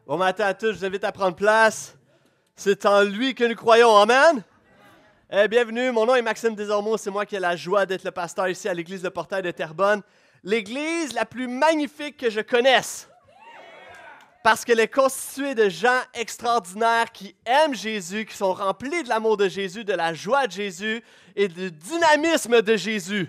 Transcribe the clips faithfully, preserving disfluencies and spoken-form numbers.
Bon matin à tous, je vous invite à prendre place. C'est en lui que nous croyons. Amen. Eh, bienvenue, mon nom est Maxime Desormeaux. C'est moi qui ai la joie d'être le pasteur ici à l'église de Portail de Terrebonne. L'église la plus magnifique que je connaisse. Parce qu'elle est constituée de gens extraordinaires qui aiment Jésus, qui sont remplis de l'amour de Jésus, de la joie de Jésus et du dynamisme de Jésus.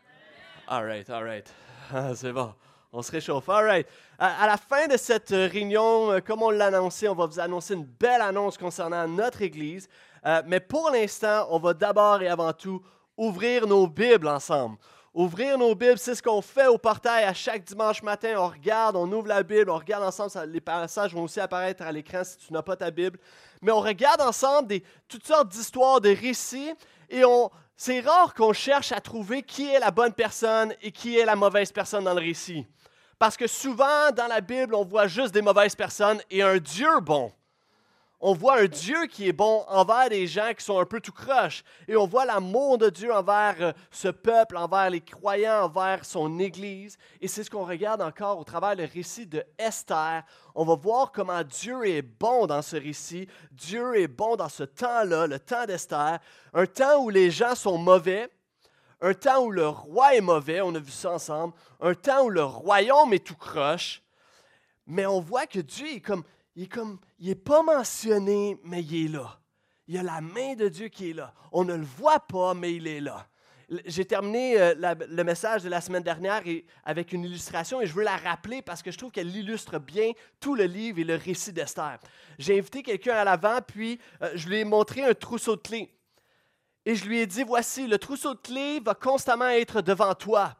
All right, all right. Ah, c'est bon. On se réchauffe. All right. À, à la fin de cette réunion, euh, comme on l'a annoncé, on va vous annoncer une belle annonce concernant notre Église. Euh, mais pour l'instant, on va d'abord et avant tout ouvrir nos Bibles ensemble. Ouvrir nos Bibles, c'est ce qu'on fait au portail à chaque dimanche matin. On regarde, on ouvre la Bible, on regarde ensemble. Ça, les passages vont aussi apparaître à l'écran si tu n'as pas ta Bible. Mais on regarde ensemble des, toutes sortes d'histoires, de récits. Et on, c'est rare qu'on cherche à trouver qui est la bonne personne et qui est la mauvaise personne dans le récit. Parce que souvent, dans la Bible, on voit juste des mauvaises personnes et un Dieu bon. On voit un Dieu qui est bon envers des gens qui sont un peu tout croche. Et on voit l'amour de Dieu envers euh, ce peuple, envers les croyants, envers son Église. Et c'est ce qu'on regarde encore au travers le récit de Esther. On va voir comment Dieu est bon dans ce récit. Dieu est bon dans ce temps-là, le temps d'Esther. Un temps où les gens sont mauvais. Un temps où le roi est mauvais, on a vu ça ensemble. Un temps où le royaume est tout croche. Mais on voit que Dieu est comme... Il est comme, il n'est pas mentionné, mais il est là. Il y a la main de Dieu qui est là. On ne le voit pas, mais il est là. J'ai terminé euh, la, le message de la semaine dernière et, avec une illustration et je veux la rappeler parce que je trouve qu'elle illustre bien tout le livre et le récit d'Esther. J'ai invité quelqu'un à l'avant, puis euh, je lui ai montré un trousseau de clés. Et je lui ai dit, voici, le trousseau de clés va constamment être devant toi.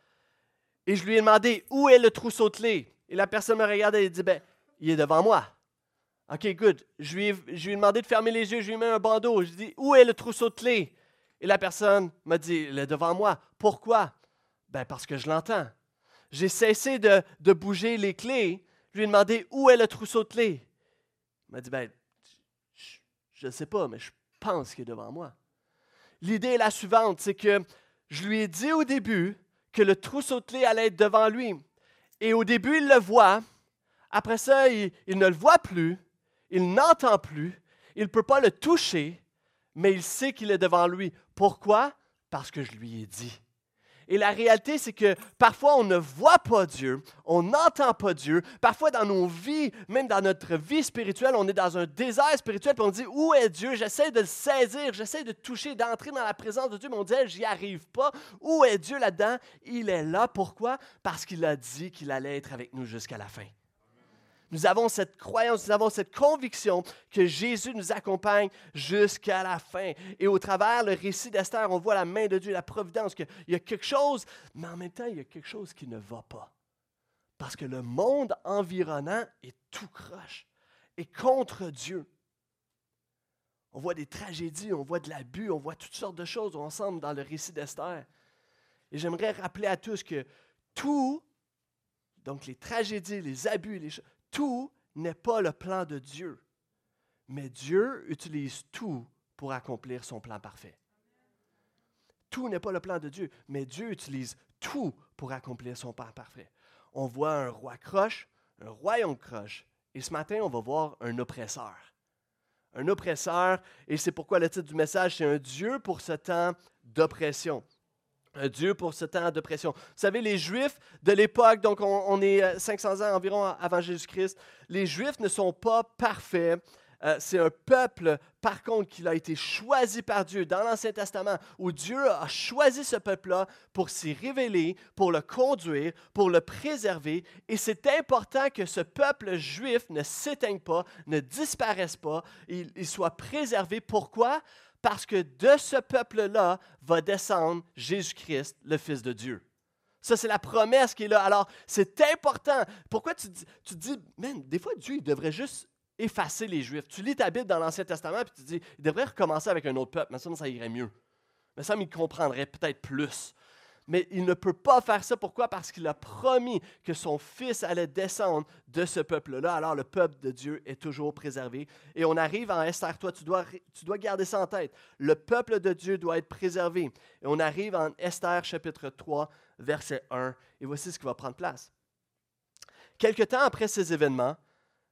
Et je lui ai demandé, où est le trousseau de clés? Et la personne me regardait et dit, ben, il est devant moi. OK, good. Je lui, ai, je lui ai demandé de fermer les yeux, je lui ai mis un bandeau. Je lui ai dit, où est le trousseau de clés? Et la personne m'a dit, il est devant moi. Pourquoi? Ben, parce que je l'entends. J'ai cessé de, de bouger les clés. Je lui ai demandé, où est le trousseau de clés? Il m'a dit, ben, je ne sais pas, mais je pense qu'il est devant moi. L'idée est la suivante, c'est que je lui ai dit au début que le trousseau de clés allait être devant lui. Et au début, il le voit. Après ça, il, il ne le voit plus, il n'entend plus, il ne peut pas le toucher, mais il sait qu'il est devant lui. Pourquoi? Parce que je lui ai dit. Et la réalité, c'est que parfois, on ne voit pas Dieu, on n'entend pas Dieu. Parfois, dans nos vies, même dans notre vie spirituelle, on est dans un désert spirituel, puis on dit, où est Dieu? J'essaie de le saisir, j'essaie de toucher, d'entrer dans la présence de Dieu, mais on dit, j'y arrive pas. Où est Dieu là-dedans? Il est là. Pourquoi? Parce qu'il a dit qu'il allait être avec nous jusqu'à la fin. Nous avons cette croyance, nous avons cette conviction que Jésus nous accompagne jusqu'à la fin. Et au travers le récit d'Esther, on voit la main de Dieu, la providence, qu'il y a quelque chose, mais en même temps, il y a quelque chose qui ne va pas. Parce que le monde environnant est tout croche, est contre Dieu. On voit des tragédies, on voit de l'abus, on voit toutes sortes de choses ensemble dans le récit d'Esther. Et j'aimerais rappeler à tous que tout, donc les tragédies, les abus, les choses, tout n'est pas le plan de Dieu, mais Dieu utilise tout pour accomplir son plan parfait. Tout n'est pas le plan de Dieu, mais Dieu utilise tout pour accomplir son plan parfait. On voit un roi croche, un royaume croche, et ce matin, on va voir un oppresseur. Un oppresseur, et c'est pourquoi le titre du message, c'est un Dieu pour ce temps d'oppression. Un Dieu pour ce temps d'oppression. Vous savez, les Juifs de l'époque, donc on, on est cinq cents ans environ avant Jésus-Christ, les Juifs ne sont pas parfaits. Euh, c'est un peuple, par contre, qui a été choisi par Dieu dans l'Ancien Testament, où Dieu a choisi ce peuple-là pour s'y révéler, pour le conduire, pour le préserver. Et c'est important que ce peuple juif ne s'éteigne pas, ne disparaisse pas, il, il soit préservé. Pourquoi? Parce que de ce peuple-là va descendre Jésus-Christ, le Fils de Dieu. Ça, c'est la promesse qui est là. Alors, c'est important. Pourquoi tu, dis, tu te dis, man, des fois, Dieu, il devrait juste effacer les Juifs. Tu lis ta Bible dans l'Ancien Testament, puis tu te dis, il devrait recommencer avec un autre peuple. Mais ça, ça irait mieux. Mais ça, il comprendrait peut-être plus. Mais il ne peut pas faire ça. Pourquoi? Parce qu'il a promis que son Fils allait descendre de ce peuple-là. Alors, le peuple de Dieu est toujours préservé. Et on arrive en Esther. Toi, tu dois, tu dois garder ça en tête. Le peuple de Dieu doit être préservé. Et on arrive en Esther, chapitre trois, verset un. Et voici ce qui va prendre place. Quelque temps après ces événements,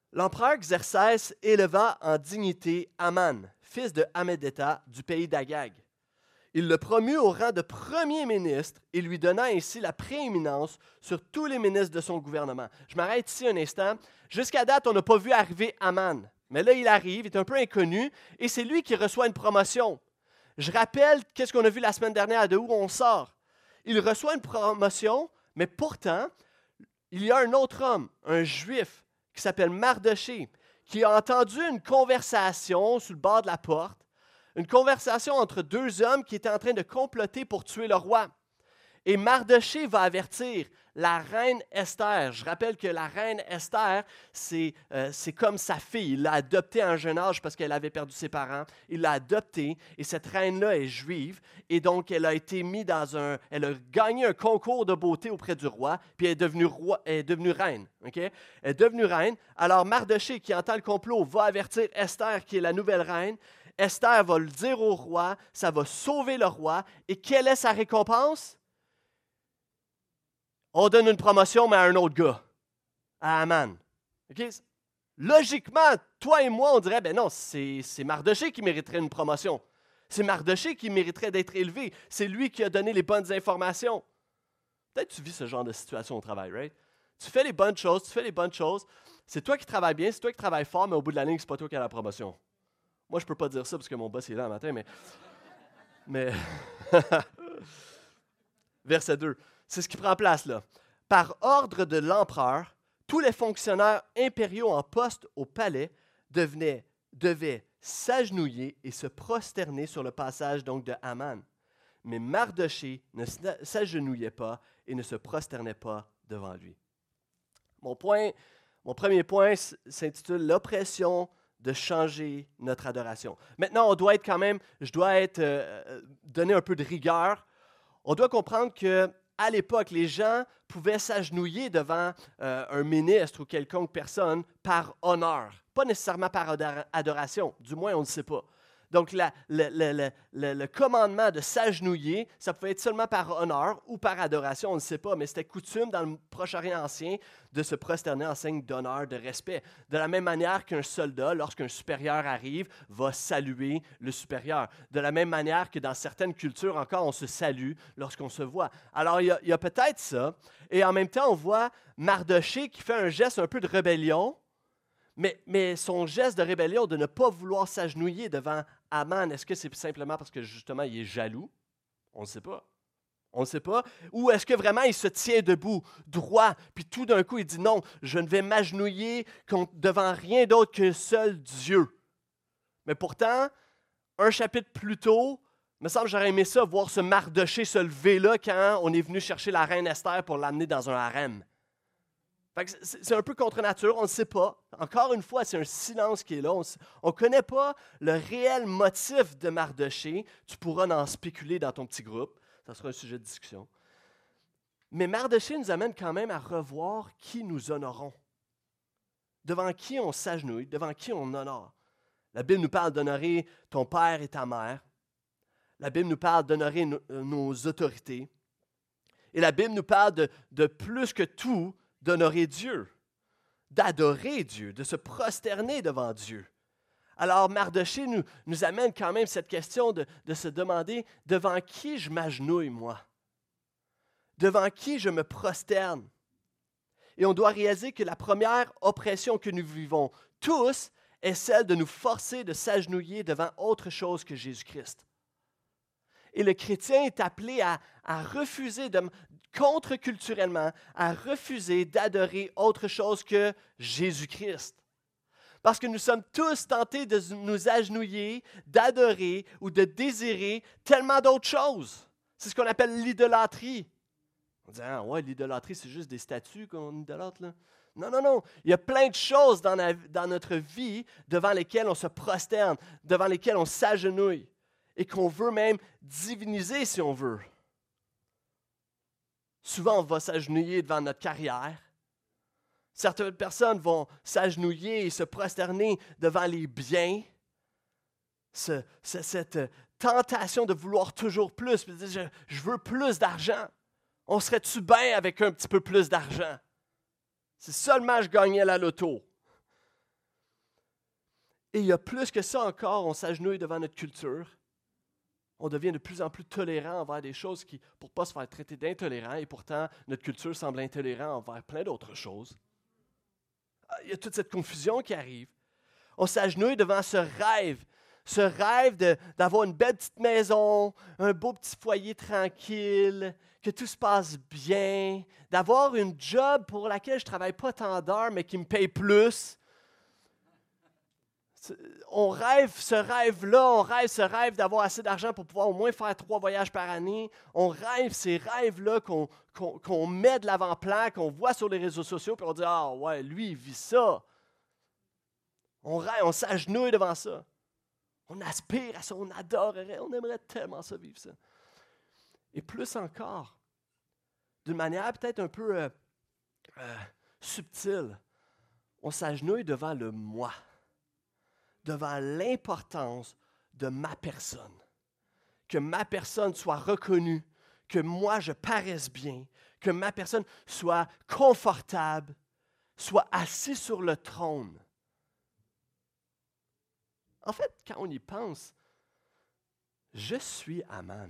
L'empereur Xerxès éleva en dignité Aman, fils de Hammedata, du pays d'Agag. Il le promut au rang de premier ministre et lui donna ainsi la prééminence sur tous les ministres de son gouvernement. Je m'arrête ici un instant. Jusqu'à date, on n'a pas vu arriver Aman. Mais là, il arrive, il est un peu inconnu, et c'est lui qui reçoit une promotion. Je rappelle qu'est-ce qu'on a vu la semaine dernière, de où on sort. Il reçoit une promotion, mais pourtant, il y a un autre homme, un juif, qui s'appelle Mardoché, qui a entendu une conversation sur le bord de la porte, une conversation entre deux hommes qui étaient en train de comploter pour tuer le roi. Et Mardoché va avertir la reine Esther. Je rappelle que la reine Esther, c'est, euh, c'est comme sa fille. Il l'a adoptée à un jeune âge parce qu'elle avait perdu ses parents. Il l'a adoptée et cette reine-là est juive. Et donc, elle a été mise dans un... Elle a gagné un concours de beauté auprès du roi, puis elle est devenue, roi, elle est devenue reine. Okay? Elle est devenue reine. Alors, Mardoché, qui entend le complot, va avertir Esther, qui est la nouvelle reine. Esther va le dire au roi, ça va sauver le roi. Et quelle est sa récompense? On donne une promotion, mais à un autre gars, à Aman. Okay? Logiquement, toi et moi, on dirait, ben non, c'est, c'est Mardoché qui mériterait une promotion. C'est Mardoché qui mériterait d'être élevé. C'est lui qui a donné les bonnes informations. Peut-être que tu vis ce genre de situation au travail, right? Tu fais les bonnes choses, tu fais les bonnes choses. C'est toi qui travailles bien, c'est toi qui travailles fort, mais au bout de la ligne, c'est pas toi qui as la promotion. Moi, je ne peux pas dire ça parce que mon boss est là le matin, mais... mais Verset deux. C'est ce qui prend place là. Par ordre de l'empereur, tous les fonctionnaires impériaux en poste au palais devenaient, devaient s'agenouiller et se prosterner sur le passage donc de Haman. Mais Mardoché ne s'agenouillait pas et ne se prosternait pas devant lui. Mon, point, mon premier point s'intitule « L'oppression de changer notre adoration ». Maintenant, on doit être quand même, je dois être euh, donner un peu de rigueur. On doit comprendre qu'à l'époque, les gens pouvaient s'agenouiller devant euh, un ministre ou quelconque personne par honneur, pas nécessairement par adoration, du moins on ne sait pas. Donc, la, le, le, le, le, le commandement de s'agenouiller, ça pouvait être seulement par honneur ou par adoration, on ne sait pas, mais c'était coutume dans le Proche-Orient ancien de se prosterner en signe d'honneur, de respect. De la même manière qu'un soldat, lorsqu'un supérieur arrive, va saluer le supérieur. De la même manière que dans certaines cultures encore, on se salue lorsqu'on se voit. Alors, il y a, il y a peut-être ça, et en même temps, on voit Mardoché qui fait un geste un peu de rébellion. Mais, mais son geste de rébellion de ne pas vouloir s'agenouiller devant Haman, est-ce que c'est simplement parce que justement il est jaloux? On ne sait pas. On ne sait pas. Ou est-ce que vraiment il se tient debout, droit, puis tout d'un coup il dit non, je ne vais m'agenouiller devant rien d'autre que seul Dieu. Mais pourtant, un chapitre plus tôt, il me semble que j'aurais aimé ça, voir ce Mardoché se lever là quand on est venu chercher la reine Esther pour l'amener dans un harem. C'est un peu contre nature, on ne sait pas. Encore une fois, c'est un silence qui est là. On ne connaît pas le réel motif de Mardoché. Tu pourras en spéculer dans ton petit groupe. Ça sera un sujet de discussion. Mais Mardoché nous amène quand même à revoir qui nous honorons. Devant qui on s'agenouille, devant qui on honore. La Bible nous parle d'honorer ton père et ta mère. La Bible nous parle d'honorer no, nos autorités. Et la Bible nous parle de, de plus que tout, d'honorer Dieu, d'adorer Dieu, de se prosterner devant Dieu. Alors, Mardoché nous, nous amène quand même cette question de, de se demander devant qui je m'agenouille, moi? Devant qui je me prosterne? Et on doit réaliser que la première oppression que nous vivons tous est celle de nous forcer de s'agenouiller devant autre chose que Jésus-Christ. Et le chrétien est appelé à, à refuser, de, contre-culturellement, à refuser d'adorer autre chose que Jésus-Christ. Parce que nous sommes tous tentés de nous agenouiller, d'adorer ou de désirer tellement d'autres choses. C'est ce qu'on appelle l'idolâtrie. On dit, ah ouais, l'idolâtrie, c'est juste des statues qu'on idolâtre, là. Non, non, non. Il y a plein de choses dans, la, dans notre vie devant lesquelles on se prosterne, devant lesquelles on s'agenouille. Et qu'on veut même diviniser si on veut. Souvent, on va s'agenouiller devant notre carrière. Certaines personnes vont s'agenouiller et se prosterner devant les biens. Ce, ce, cette tentation de vouloir toujours plus. Je, je veux plus d'argent. On serait-tu bien avec un petit peu plus d'argent? Si seulement je gagnais la loto. Et il y a plus que ça encore, on s'agenouille devant notre culture. On devient de plus en plus tolérant envers des choses qui, pour ne pas se faire traiter d'intolérant, et pourtant, notre culture semble intolérante envers plein d'autres choses. Il y a toute cette confusion qui arrive. On s'agenouille devant ce rêve, ce rêve de, d'avoir une belle petite maison, un beau petit foyer tranquille, que tout se passe bien, d'avoir une job pour laquelle je ne travaille pas tant d'heures, mais qui me paye plus. On rêve ce rêve-là, on rêve ce rêve d'avoir assez d'argent pour pouvoir au moins faire trois voyages par année. On rêve ces rêves-là qu'on, qu'on, qu'on met de l'avant-plan, qu'on voit sur les réseaux sociaux, puis on dit « Ah ouais, lui, il vit ça. » On rêve, on s'agenouille devant ça. On aspire à ça, on adorerait, on aimerait tellement ça, vivre ça. Et plus encore, d'une manière peut-être un peu euh, euh, subtile, on s'agenouille devant le « moi ». Devant l'importance de ma personne. Que ma personne soit reconnue, que moi je paraisse bien, que ma personne soit confortable, soit assis sur le trône. En fait, quand on y pense, je suis Aman.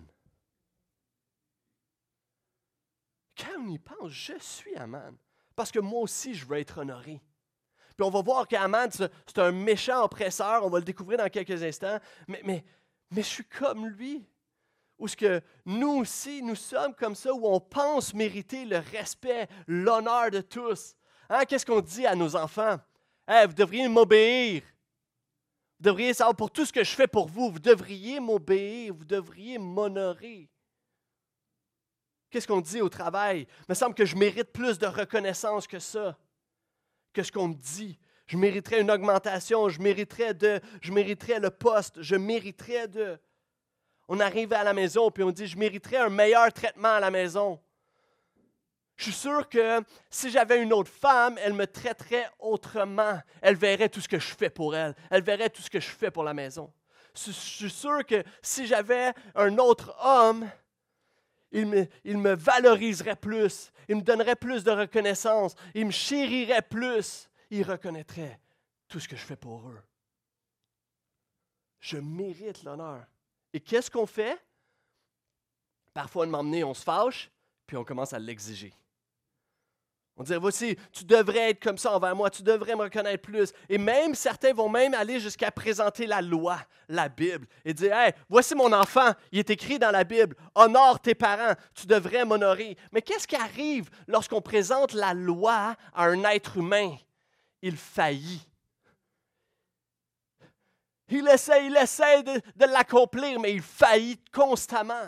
Quand on y pense, je suis Aman. Parce que moi aussi, je veux être honoré. Puis on va voir qu'Aman, c'est un méchant oppresseur, on va le découvrir dans quelques instants, mais, mais, mais je suis comme lui. Où ce que nous aussi, nous sommes comme ça, où on pense mériter le respect, l'honneur de tous. Hein? Qu'est-ce qu'on dit à nos enfants? Hey, vous devriez m'obéir. Vous devriez savoir pour tout ce que je fais pour vous, vous devriez m'obéir, vous devriez m'honorer. Qu'est-ce qu'on dit au travail? Il me semble que je mérite plus de reconnaissance que ça. Que ce qu'on me dit. Je mériterais une augmentation, je mériterais de, je mériterais le poste, je mériterais de. On arrive à la maison puis on dit, je mériterais un meilleur traitement à la maison. Je suis sûr que si j'avais une autre femme, elle me traiterait autrement. Elle verrait tout ce que je fais pour elle. Elle verrait tout ce que je fais pour la maison. Je suis sûr que si j'avais un autre homme, Il me, il me valoriserait plus, il me donnerait plus de reconnaissance, il me chérirait plus, il reconnaîtrait tout ce que je fais pour eux. Je mérite l'honneur. Et qu'est-ce qu'on fait? Parfois, à un moment donné, on se fâche, puis on commence à l'exiger. On dit, voici, tu devrais être comme ça envers moi, tu devrais me reconnaître plus. Et même, certains vont même aller jusqu'à présenter la loi, la Bible, et dire, hey, voici mon enfant, il est écrit dans la Bible, honore tes parents, tu devrais m'honorer. Mais qu'est-ce qui arrive lorsqu'on présente la loi à un être humain? Il faillit. Il essaie, il essaie de, de l'accomplir, mais il faillit constamment.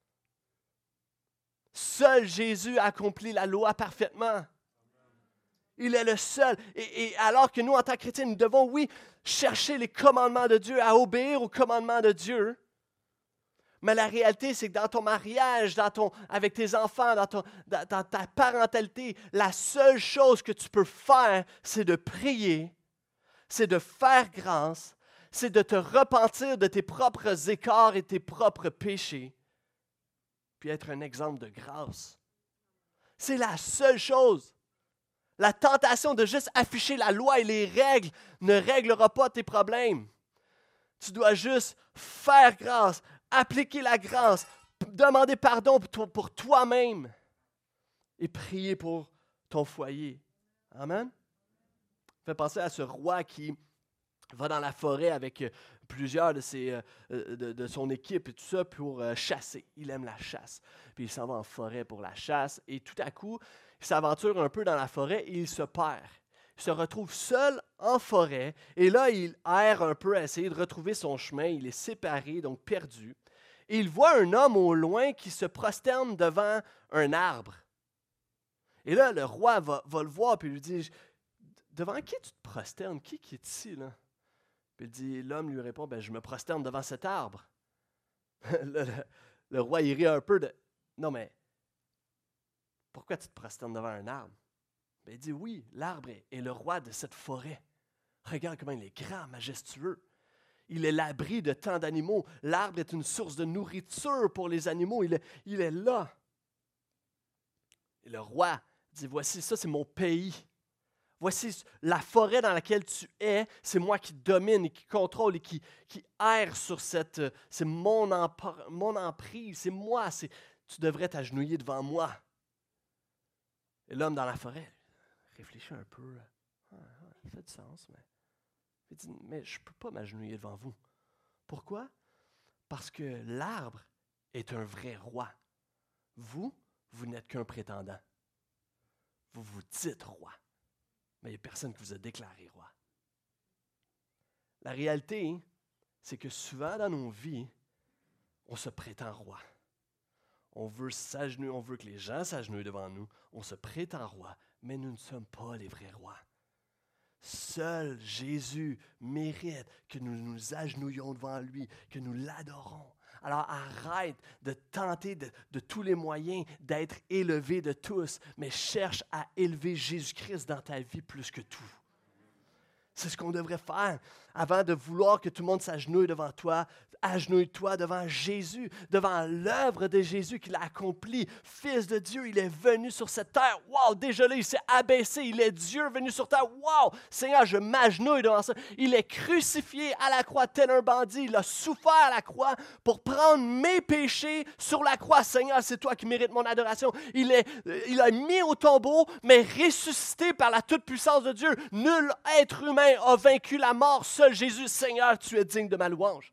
Seul Jésus a accompli la loi parfaitement. Il est le seul. Et, et alors que nous, en tant que chrétiens, nous devons, oui, chercher les commandements de Dieu, à obéir aux commandements de Dieu. Mais la réalité, c'est que dans ton mariage, dans ton, avec tes enfants, dans, ton, dans, dans ta parentalité, la seule chose que tu peux faire, c'est de prier, c'est de faire grâce, c'est de te repentir de tes propres écarts et tes propres péchés, puis être un exemple de grâce. C'est la seule chose. La tentation de juste afficher la loi et les règles ne réglera pas tes problèmes. Tu dois juste faire grâce, appliquer la grâce, demander pardon pour toi-même et prier pour ton foyer. Amen. Ça fait penser à ce roi qui va dans la forêt avec plusieurs de, ses, de, de son équipe et tout ça pour chasser. Il aime la chasse. Puis il s'en va en forêt pour la chasse et tout à coup, il s'aventure un peu dans la forêt et il se perd. Il se retrouve seul en forêt et là, il erre un peu à essayer de retrouver son chemin. Il est séparé, donc perdu. Et il voit un homme au loin qui se prosterne devant un arbre. Et là, le roi va, va le voir et lui dit, « Devant qui tu te prosternes? Qui, qui est ici, là? » Puis il dit, l'homme lui répond, ben, « Je me prosterne devant cet arbre. » le, le, le roi, il rit un peu de, « Non, mais pourquoi tu te prosternes devant un arbre? » Ben, il dit, « Oui, l'arbre est, est le roi de cette forêt. Regarde comment il est grand, majestueux. Il est l'abri de tant d'animaux. L'arbre est une source de nourriture pour les animaux. Il est, il est là. » Et le roi dit, « Voici, ça c'est mon pays. Voici la forêt dans laquelle tu es, c'est moi qui domine et qui contrôle et qui, qui erre sur cette... C'est mon, empr- mon emprise, c'est moi, c'est, tu devrais t'agenouiller devant moi. Et l'homme dans la forêt réfléchit un peu. Ah, ah, ça fait du sens, mais... Il dit, mais je ne peux pas m'agenouiller devant vous. Pourquoi? Parce que l'arbre est un vrai roi. Vous, vous n'êtes qu'un prétendant. Vous vous dites roi, mais il n'y a personne qui vous a déclaré roi. La réalité, c'est que souvent dans nos vies, on se prétend roi. On veut s'agenouiller, on veut que les gens s'agenouillent devant nous. On se prétend roi, mais nous ne sommes pas les vrais rois. Seul Jésus mérite que nous nous agenouillions devant lui, que nous l'adorons. Alors arrête de tenter de, de tous les moyens d'être élevé de tous, mais cherche à élever Jésus-Christ dans ta vie plus que tout. C'est ce qu'on devrait faire avant de vouloir que tout le monde s'agenouille devant toi. Agenouille-toi devant Jésus, devant l'œuvre de Jésus qu'il a accomplie. Fils de Dieu, il est venu sur cette terre. Wow, déjà là, il s'est abaissé. Il est Dieu venu sur terre. Wow, Seigneur, je m'agenouille devant ça. Il est crucifié à la croix tel un bandit. Il a souffert à la croix pour prendre mes péchés sur la croix. Seigneur, c'est toi qui mérites mon adoration. Il est, il a mis au tombeau, mais ressuscité par la toute-puissance de Dieu. Nul être humain a vaincu la mort. Seul Jésus, Seigneur, tu es digne de ma louange.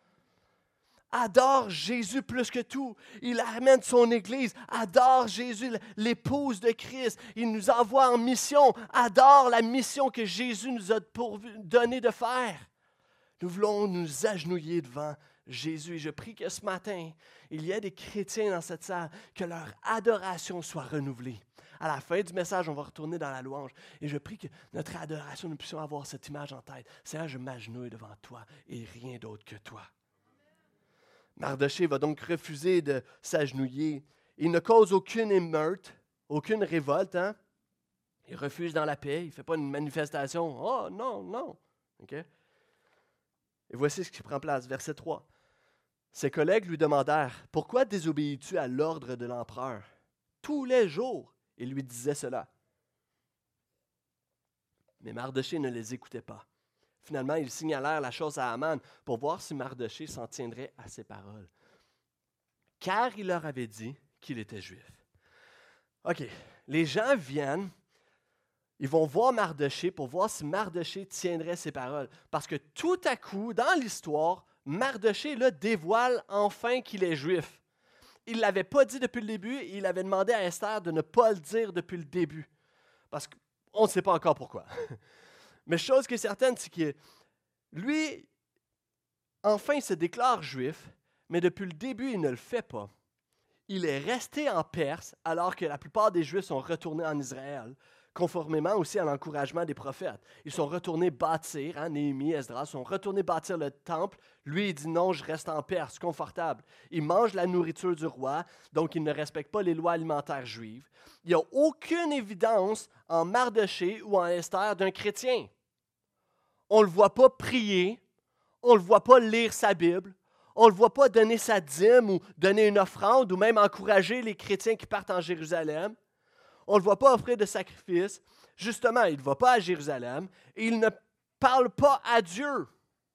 Adore Jésus plus que tout. Il amène son Église. Adore Jésus, l'épouse de Christ. Il nous envoie en mission. Adore la mission que Jésus nous a donnée de faire. Nous voulons nous agenouiller devant Jésus. Et je prie que ce matin, il y ait des chrétiens dans cette salle, que leur adoration soit renouvelée. À la fin du message, on va retourner dans la louange. Et je prie que notre adoration, nous puissions avoir cette image en tête. Seigneur, je m'agenouille devant toi et rien d'autre que toi. Mardochée va donc refuser de s'agenouiller. Il ne cause aucune émeute, aucune révolte. Hein? Il refuse dans la paix. Il ne fait pas une manifestation. Oh non, non. Okay? Et voici ce qui prend place. Verset trois. Ses collègues lui demandèrent, « Pourquoi désobéis-tu à l'ordre de l'empereur? » Tous les jours, il lui disait cela. Mais Mardochée ne les écoutait pas. Finalement, ils signalèrent la chose à Haman pour voir si Mardochée s'en tiendrait à ses paroles. Car il leur avait dit qu'il était juif. OK, les gens viennent, ils vont voir Mardochée pour voir si Mardochée tiendrait ses paroles. Parce que tout à coup, dans l'histoire, Mardochée là, dévoile enfin qu'il est juif. Il ne l'avait pas dit depuis le début et il avait demandé à Esther de ne pas le dire depuis le début. Parce qu'on ne sait pas encore pourquoi. Mais chose qui est certaine, c'est que lui, enfin, il se déclare juif, mais depuis le début, il ne le fait pas. Il est resté en Perse, alors que la plupart des Juifs sont retournés en Israël, conformément aussi à l'encouragement des prophètes. Ils sont retournés bâtir, hein, Néhémie, Esdras, sont retournés bâtir le temple. Lui, il dit non, je reste en Perse, confortable. Il mange la nourriture du roi, donc il ne respecte pas les lois alimentaires juives. Il n'y a aucune évidence en Mardochée ou en Esther d'un chrétien. On ne le voit pas prier, on ne le voit pas lire sa Bible, on ne le voit pas donner sa dîme ou donner une offrande ou même encourager les chrétiens qui partent en Jérusalem. On ne le voit pas offrir de sacrifices. Justement, il ne va pas à Jérusalem et il ne parle pas à Dieu.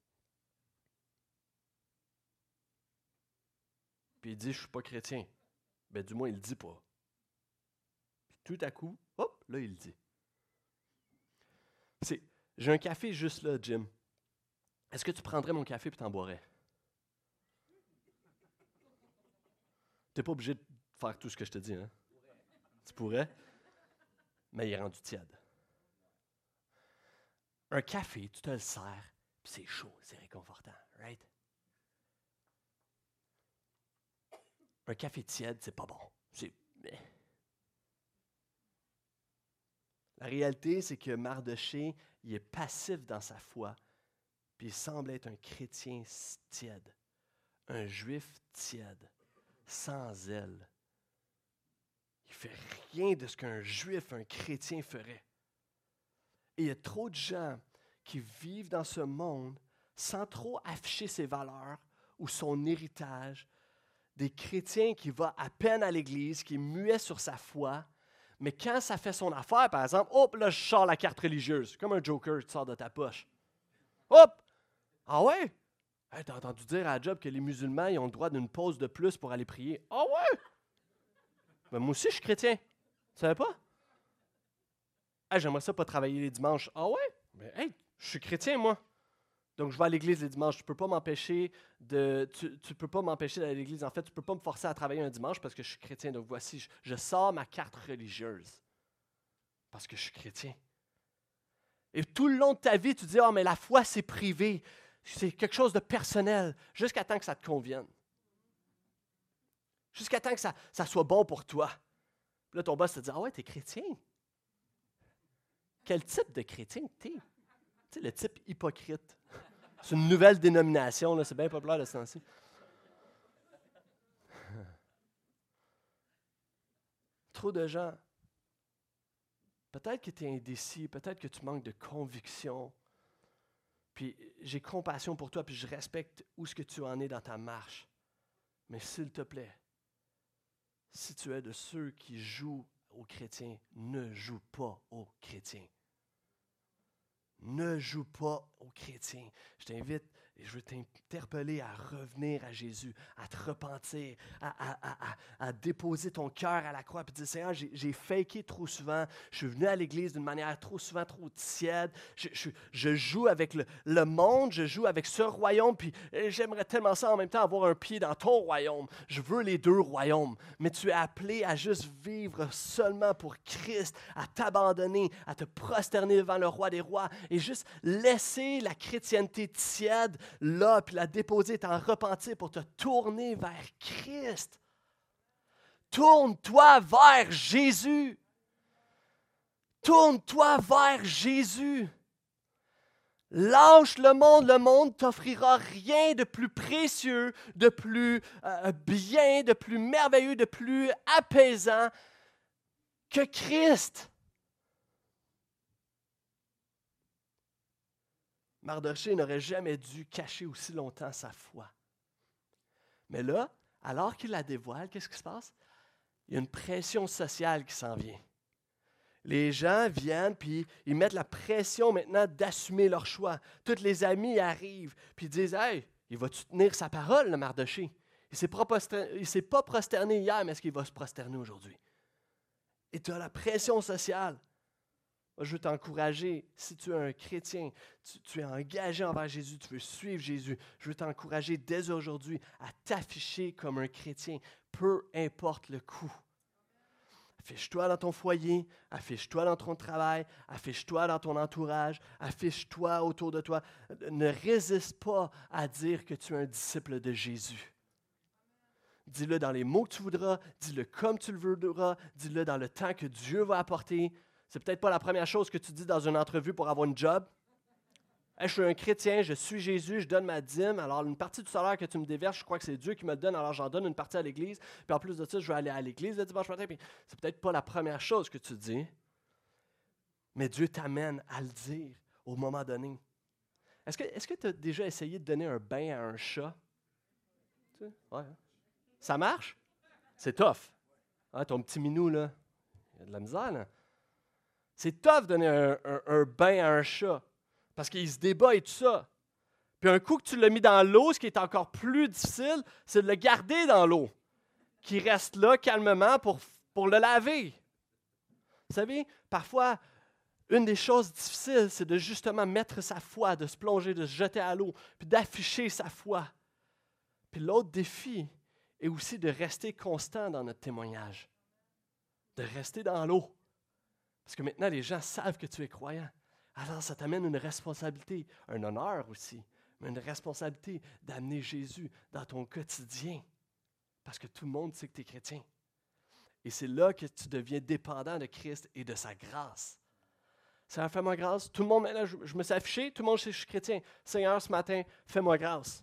Puis il dit, je ne suis pas chrétien. Ben, du moins, il ne le dit pas. Puis tout à coup, hop, là, il le dit. C'est, j'ai un café juste là, Jim. Est-ce que tu prendrais mon café et t'en boirais? Tu n'es pas obligé de faire tout ce que je te dis, hein? Tu pourrais, mais il est rendu tiède. Un café, tu te le sers, puis c'est chaud, c'est réconfortant, right? Un café tiède, c'est pas bon. C'est... La réalité, c'est que Mardochée, il est passif dans sa foi, puis il semble être un chrétien tiède, un juif tiède, sans zèle. Il ne fait rien de ce qu'un juif, un chrétien ferait. Et il y a trop de gens qui vivent dans ce monde sans trop afficher ses valeurs ou son héritage. Des chrétiens qui vont à peine à l'église, qui est muet sur sa foi, Mais quand ça fait son affaire, par exemple, hop, là, je sors la carte religieuse. Comme un joker, tu sors de ta poche. Hop! Ah ouais? Hey, t'as entendu dire à la job que les musulmans, ils ont le droit d'une pause de plus pour aller prier. Ah ouais? Ben, moi aussi, je suis chrétien. Tu savais pas? Hey, j'aimerais ça pas travailler les dimanches. Ah ouais? Ben, hey, je suis chrétien, moi. Donc, je vais à l'église les dimanches. Tu peux pas m'empêcher de. Tu, tu peux pas m'empêcher d'aller à l'église. En fait, tu peux pas me forcer à travailler un dimanche parce que je suis chrétien. Donc, voici, je, je sors ma carte religieuse. Parce que je suis chrétien. Et tout le long de ta vie, tu dis, ah, oh, mais la foi, c'est privé. C'est quelque chose de personnel. Jusqu'à temps que ça te convienne. Jusqu'à temps que ça, ça soit bon pour toi. Puis là, ton boss te dit, ah ouais, t'es chrétien. Quel type de chrétien t'es? Tu sais, le type hypocrite. C'est une nouvelle dénomination, là, c'est bien populaire de ce temps-ci. Trop de gens. Peut-être que tu es indécis, peut-être que tu manques de conviction. Puis j'ai compassion pour toi, puis je respecte où ce que tu en es dans ta marche. Mais s'il te plaît, si tu es de ceux qui jouent aux chrétiens, ne joue pas aux chrétiens. Ne joue pas aux chrétiens. Je t'invite et je veux t'interpeller à revenir à Jésus, à te repentir, à, à, à, à, à déposer ton cœur à la croix et dire, Seigneur, j'ai, j'ai faké trop souvent, je suis venu à l'Église d'une manière trop souvent, trop tiède, je, je, je joue avec le, le monde, je joue avec ce royaume, puis j'aimerais tellement ça en même temps avoir un pied dans ton royaume. Je veux les deux royaumes, mais tu es appelé à juste vivre seulement pour Christ, à t'abandonner, à te prosterner devant le roi des rois et juste laisser la chrétienté tiède là, puis la déposer, t'en repentir pour te tourner vers Christ. Tourne-toi vers Jésus. Tourne-toi vers Jésus. Lâche le monde. Le monde t'offrira rien de plus précieux, de plus euh, bien, de plus merveilleux, de plus apaisant que Christ. Mardochée n'aurait jamais dû cacher aussi longtemps sa foi. Mais là, alors qu'il la dévoile, qu'est-ce qui se passe? Il y a une pression sociale qui s'en vient. Les gens viennent, puis ils mettent la pression maintenant d'assumer leur choix. Tous les amis arrivent, puis ils disent « Hey, il va-tu tenir sa parole, le Mardochée? Il ne s'est pas prosterné hier, mais est-ce qu'il va se prosterner aujourd'hui? » Et tu as la pression sociale. Je veux t'encourager, si tu es un chrétien, tu, tu es engagé envers Jésus, tu veux suivre Jésus, je veux t'encourager dès aujourd'hui à t'afficher comme un chrétien, peu importe le coût. Affiche-toi dans ton foyer, affiche-toi dans ton travail, affiche-toi dans ton entourage, affiche-toi autour de toi. Ne résiste pas à dire que tu es un disciple de Jésus. Dis-le dans les mots que tu voudras, dis-le comme tu le voudras, dis-le dans le temps que Dieu va apporter. C'est peut-être pas la première chose que tu dis dans une entrevue pour avoir une job. Hey, je suis un chrétien, je suis Jésus, je donne ma dîme. Alors, une partie du salaire que tu me déverses, je crois que c'est Dieu qui me le donne, alors j'en donne une partie à l'Église. Puis en plus de ça, je vais aller à l'Église le dimanche matin. Puis c'est peut-être pas la première chose que tu dis, mais Dieu t'amène à le dire au moment donné. Est-ce que est-ce que tu as déjà essayé de donner un bain à un chat? Tu sais? Ouais. Ça marche? C'est tough. Ah, ton petit minou, là, il y a de la misère, là. C'est tough de donner un, un, un bain à un chat parce qu'il se débat et tout ça. Puis un coup que tu l'as mis dans l'eau, ce qui est encore plus difficile, c'est de le garder dans l'eau, qui reste là calmement pour, pour le laver. Vous savez, parfois, une des choses difficiles, c'est de justement mettre sa foi, de se plonger, de se jeter à l'eau, puis d'afficher sa foi. Puis l'autre défi est aussi de rester constant dans notre témoignage, de rester dans l'eau. Parce que maintenant, les gens savent que tu es croyant. Alors, ça t'amène une responsabilité, un honneur aussi, mais une responsabilité d'amener Jésus dans ton quotidien. Parce que tout le monde sait que tu es chrétien. Et c'est là que tu deviens dépendant de Christ et de sa grâce. Seigneur, fais-moi grâce. Tout le monde, maintenant, je, je me suis affiché, tout le monde sait que je suis chrétien. Seigneur, ce matin, fais-moi grâce.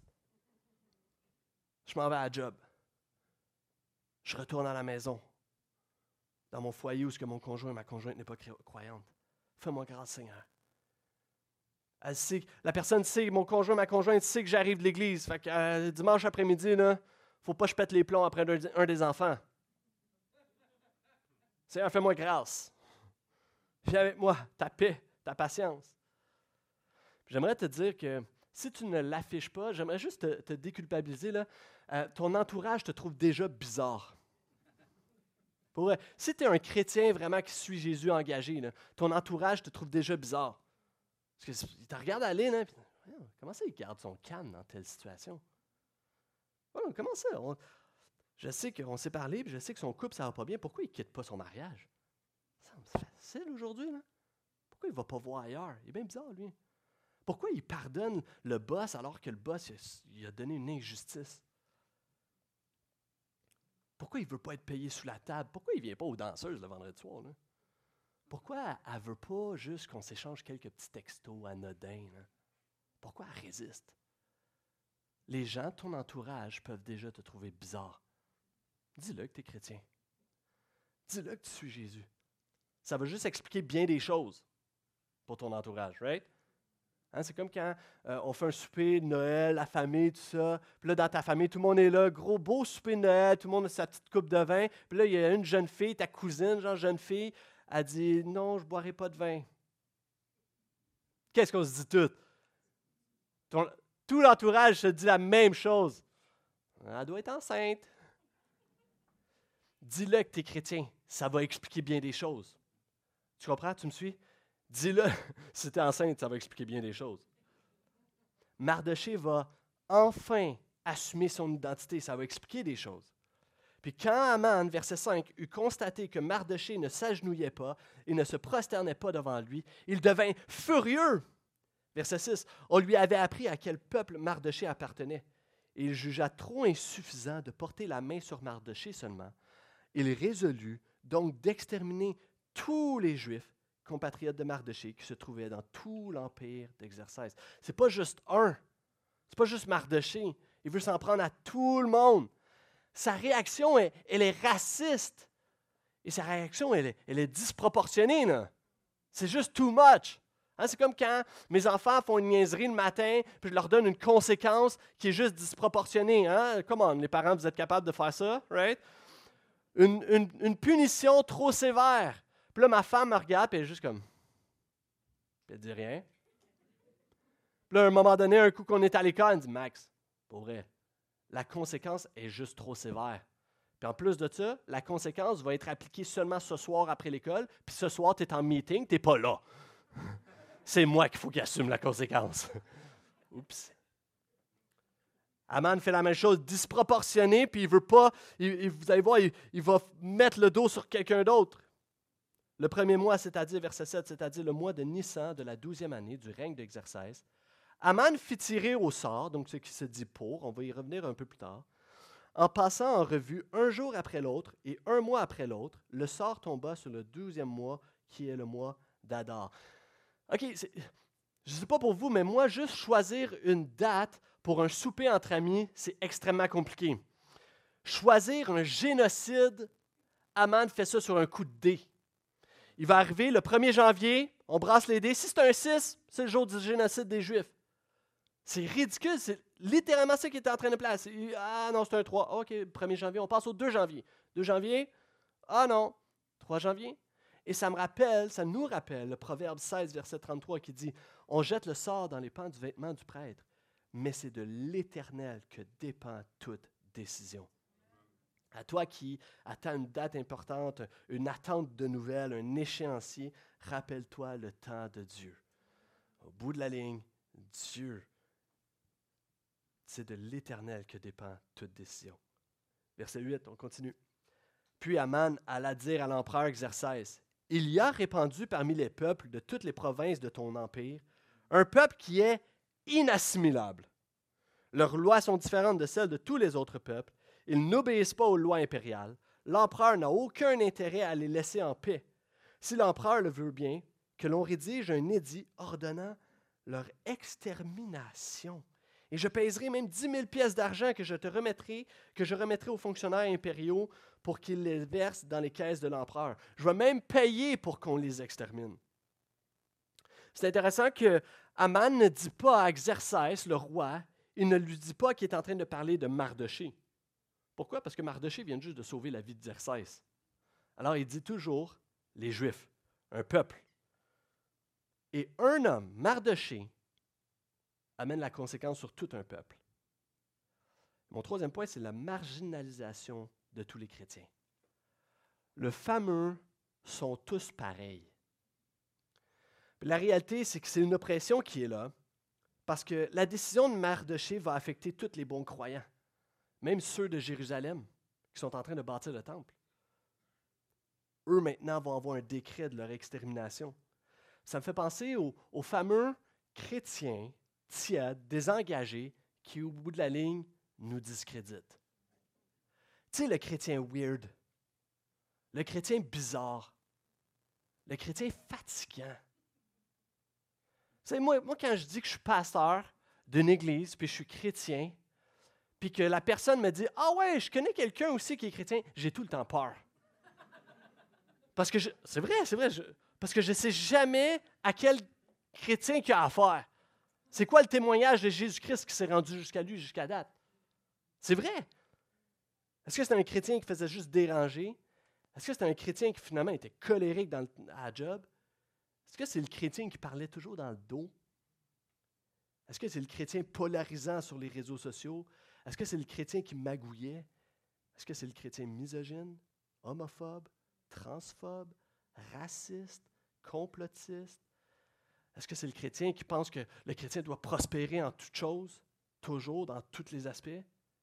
Je m'en vais à la job. Je retourne à la maison. Dans mon foyer où ce que mon conjoint et ma conjointe n'est pas croyante. Fais-moi grâce, Seigneur. Elle sait, la personne sait, mon conjoint et ma conjointe sait que j'arrive de l'église. Fait que euh, dimanche après-midi, il ne faut pas que je pète les plombs après un, un des enfants. Seigneur, fais-moi grâce. Viens avec moi, ta paix, ta patience. J'aimerais te dire que si tu ne l'affiches pas, j'aimerais juste te, te déculpabiliser. Là. Euh, ton entourage te trouve déjà bizarre. Pour vrai, si tu es un chrétien vraiment qui suit Jésus engagé, là, ton entourage te trouve déjà bizarre. Parce qu'il te regarde aller, là, puis, comment ça il garde son calme dans telle situation? Oh, comment ça? On, je sais qu'on s'est parlé, puis je sais que son couple, ça ne va pas bien. Pourquoi il ne quitte pas son mariage? Ça me semble facile aujourd'hui. Là. Pourquoi il ne va pas voir ailleurs? Il est bien bizarre, lui. Pourquoi il pardonne le boss alors que le boss il a donné une injustice? Pourquoi il ne veut pas être payé sous la table? Pourquoi il ne vient pas aux danseuses le vendredi soir? Là? Pourquoi elle ne veut pas juste qu'on s'échange quelques petits textos anodins? Là? Pourquoi elle résiste? Les gens de ton entourage peuvent déjà te trouver bizarre. Dis-le que tu es chrétien. Dis-le que tu suis Jésus. Ça va juste expliquer bien des choses pour ton entourage, right? Hein, c'est comme quand euh, on fait un souper de Noël, la famille, tout ça. Puis là, dans ta famille, tout le monde est là. Gros, beau souper de Noël. Tout le monde a sa petite coupe de vin. Puis là, il y a une jeune fille, ta cousine, genre jeune fille, elle dit « Non, je ne boirai pas de vin. » Qu'est-ce qu'on se dit tout? Ton, tout l'entourage se dit la même chose. Elle doit être enceinte. Dis-le que tu es chrétien. Ça va expliquer bien des choses. Tu comprends? Tu me suis? Dis-le, si tu es enceinte, ça va expliquer bien des choses. Mardochée va enfin assumer son identité, ça va expliquer des choses. Puis quand Aman, verset cinq, eut constaté que Mardochée ne s'agenouillait pas et ne se prosternait pas devant lui, il devint furieux. Verset six, on lui avait appris à quel peuple Mardochée appartenait. Et il jugea trop insuffisant de porter la main sur Mardochée seulement. Il résolut donc d'exterminer tous les Juifs compatriotes de Mardochée qui se trouvaient dans tout l'empire d'Exercès. C'est pas juste un. C'est pas juste Mardochée. Il veut s'en prendre à tout le monde. Sa réaction, elle, elle est raciste. Et sa réaction, elle est, elle est disproportionnée. Là. C'est juste too much. Hein, c'est comme quand mes enfants font une niaiserie le matin, puis je leur donne une conséquence qui est juste disproportionnée. Hein? Come on, les parents, vous êtes capables de faire ça, right? Une, une, une punition trop sévère. Puis là, ma femme me regarde, puis elle est juste comme... Puis elle dit rien. Puis là, à un moment donné, un coup qu'on est à l'école, elle me dit « Max, pour vrai, la conséquence est juste trop sévère. Puis en plus de ça, la conséquence va être appliquée seulement ce soir après l'école, puis ce soir, tu es en meeting, tu n'es pas là. C'est moi qu'il faut qu'il assume la conséquence. » Oups. Aman fait la même chose, disproportionné, puis il veut pas, il, il, vous allez voir, il, il va mettre le dos sur quelqu'un d'autre. Le premier mois, c'est-à-dire, verset sept, c'est-à-dire le mois de Nissan de la douzième année du règne d'Exercès, Aman fit tirer au sort, donc ce qui se dit pour, on va y revenir un peu plus tard, en passant en revue un jour après l'autre et un mois après l'autre, le sort tomba sur le douzième mois, qui est le mois d'Adar. OK, c'est, je ne sais pas pour vous, mais moi, juste choisir une date pour un souper entre amis, c'est extrêmement compliqué. Choisir un génocide, Aman fait ça sur un coup de dé. Il va arriver le premier janvier, on brasse les dés. Si c'est un six, c'est le jour du génocide des Juifs. C'est ridicule, c'est littéralement ça qui était en train de placer. Ah non, c'est un trois. OK, premier janvier, on passe au deux janvier. deux janvier, ah non, trois janvier. Et ça me rappelle, ça nous rappelle le Proverbe seize, verset trente-trois qui dit « On jette le sort dans les pans du vêtement du prêtre, mais c'est de l'Éternel que dépend toute décision. » À toi qui attends une date importante, une attente de nouvelles, un échéancier, rappelle-toi le temps de Dieu. Au bout de la ligne, Dieu, c'est de l'Éternel que dépend toute décision. Verset huit, on continue. Puis Aman alla dire à l'empereur Xerxès, « Il y a répandu parmi les peuples de toutes les provinces de ton empire un peuple qui est inassimilable. Leurs lois sont différentes de celles de tous les autres peuples. Ils n'obéissent pas aux lois impériales. L'empereur n'a aucun intérêt à les laisser en paix. Si l'empereur le veut bien, que l'on rédige un édit ordonnant leur extermination. Et je pèserai même dix mille pièces d'argent que je te remettrai, que je remettrai aux fonctionnaires impériaux pour qu'ils les versent dans les caisses de l'empereur. Je vais même payer pour qu'on les extermine. » C'est intéressant que Aman ne dit pas à Xerxès, le roi, il ne lui dit pas qu'il est en train de parler de Mardochée. Pourquoi? Parce que Mardochée vient juste de sauver la vie d'Xerxès. Alors il dit toujours les Juifs, un peuple. Et un homme, Mardochée, amène la conséquence sur tout un peuple. Mon troisième point, c'est la marginalisation de tous les chrétiens. Le fameux « sont tous pareils ». La réalité, c'est que c'est une oppression qui est là, parce que la décision de Mardochée va affecter tous les bons croyants, même ceux de Jérusalem qui sont en train de bâtir le temple. Eux, maintenant, vont avoir un décret de leur extermination. Ça me fait penser aux, aux fameux chrétiens tièdes, désengagés, qui, au bout de la ligne, nous discréditent. Tu sais, le chrétien weird, le chrétien bizarre, le chrétien fatigant. Tu sais, moi, moi, quand je dis que je suis pasteur d'une église, puis je suis chrétien, puis que la personne me dit « Ah ouais, je connais quelqu'un aussi qui est chrétien », j'ai tout le temps peur. Parce que, je, c'est vrai, c'est vrai, je, parce que je ne sais jamais à quel chrétien il a affaire. C'est quoi le témoignage de Jésus-Christ qui s'est rendu jusqu'à lui, jusqu'à date? C'est vrai. Est-ce que c'est un chrétien qui faisait juste déranger? Est-ce que c'est un chrétien qui finalement était colérique dans le, à la job? Est-ce que c'est le chrétien qui parlait toujours dans le dos? Est-ce que c'est le chrétien polarisant sur les réseaux sociaux? Est-ce que c'est le chrétien qui magouillait? Est-ce que c'est le chrétien misogyne, homophobe, transphobe, raciste, complotiste? Est-ce que c'est le chrétien qui pense que le chrétien doit prospérer en toutes choses, toujours, dans tous les aspects?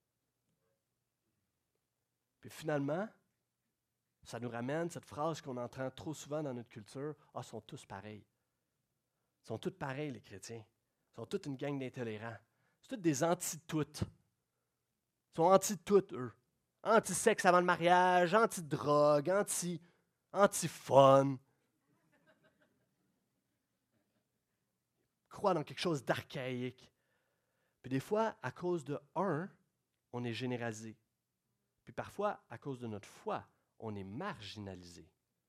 Puis finalement, ça nous ramène cette phrase qu'on entend trop souvent dans notre culture, « Ah, ils sont tous pareils. » Ils sont tous pareils, les chrétiens. Ils sont toute une gang d'intolérants. C'est tous des anti-toutes. Ils sont anti-toutes, eux. Anti-sexe avant le mariage, anti-drogue, anti, anti-fun. Ils croient dans quelque chose d'archaïque. Puis des fois, à cause de un, on est généralisé. Puis parfois, à cause de notre foi, on est marginalisé.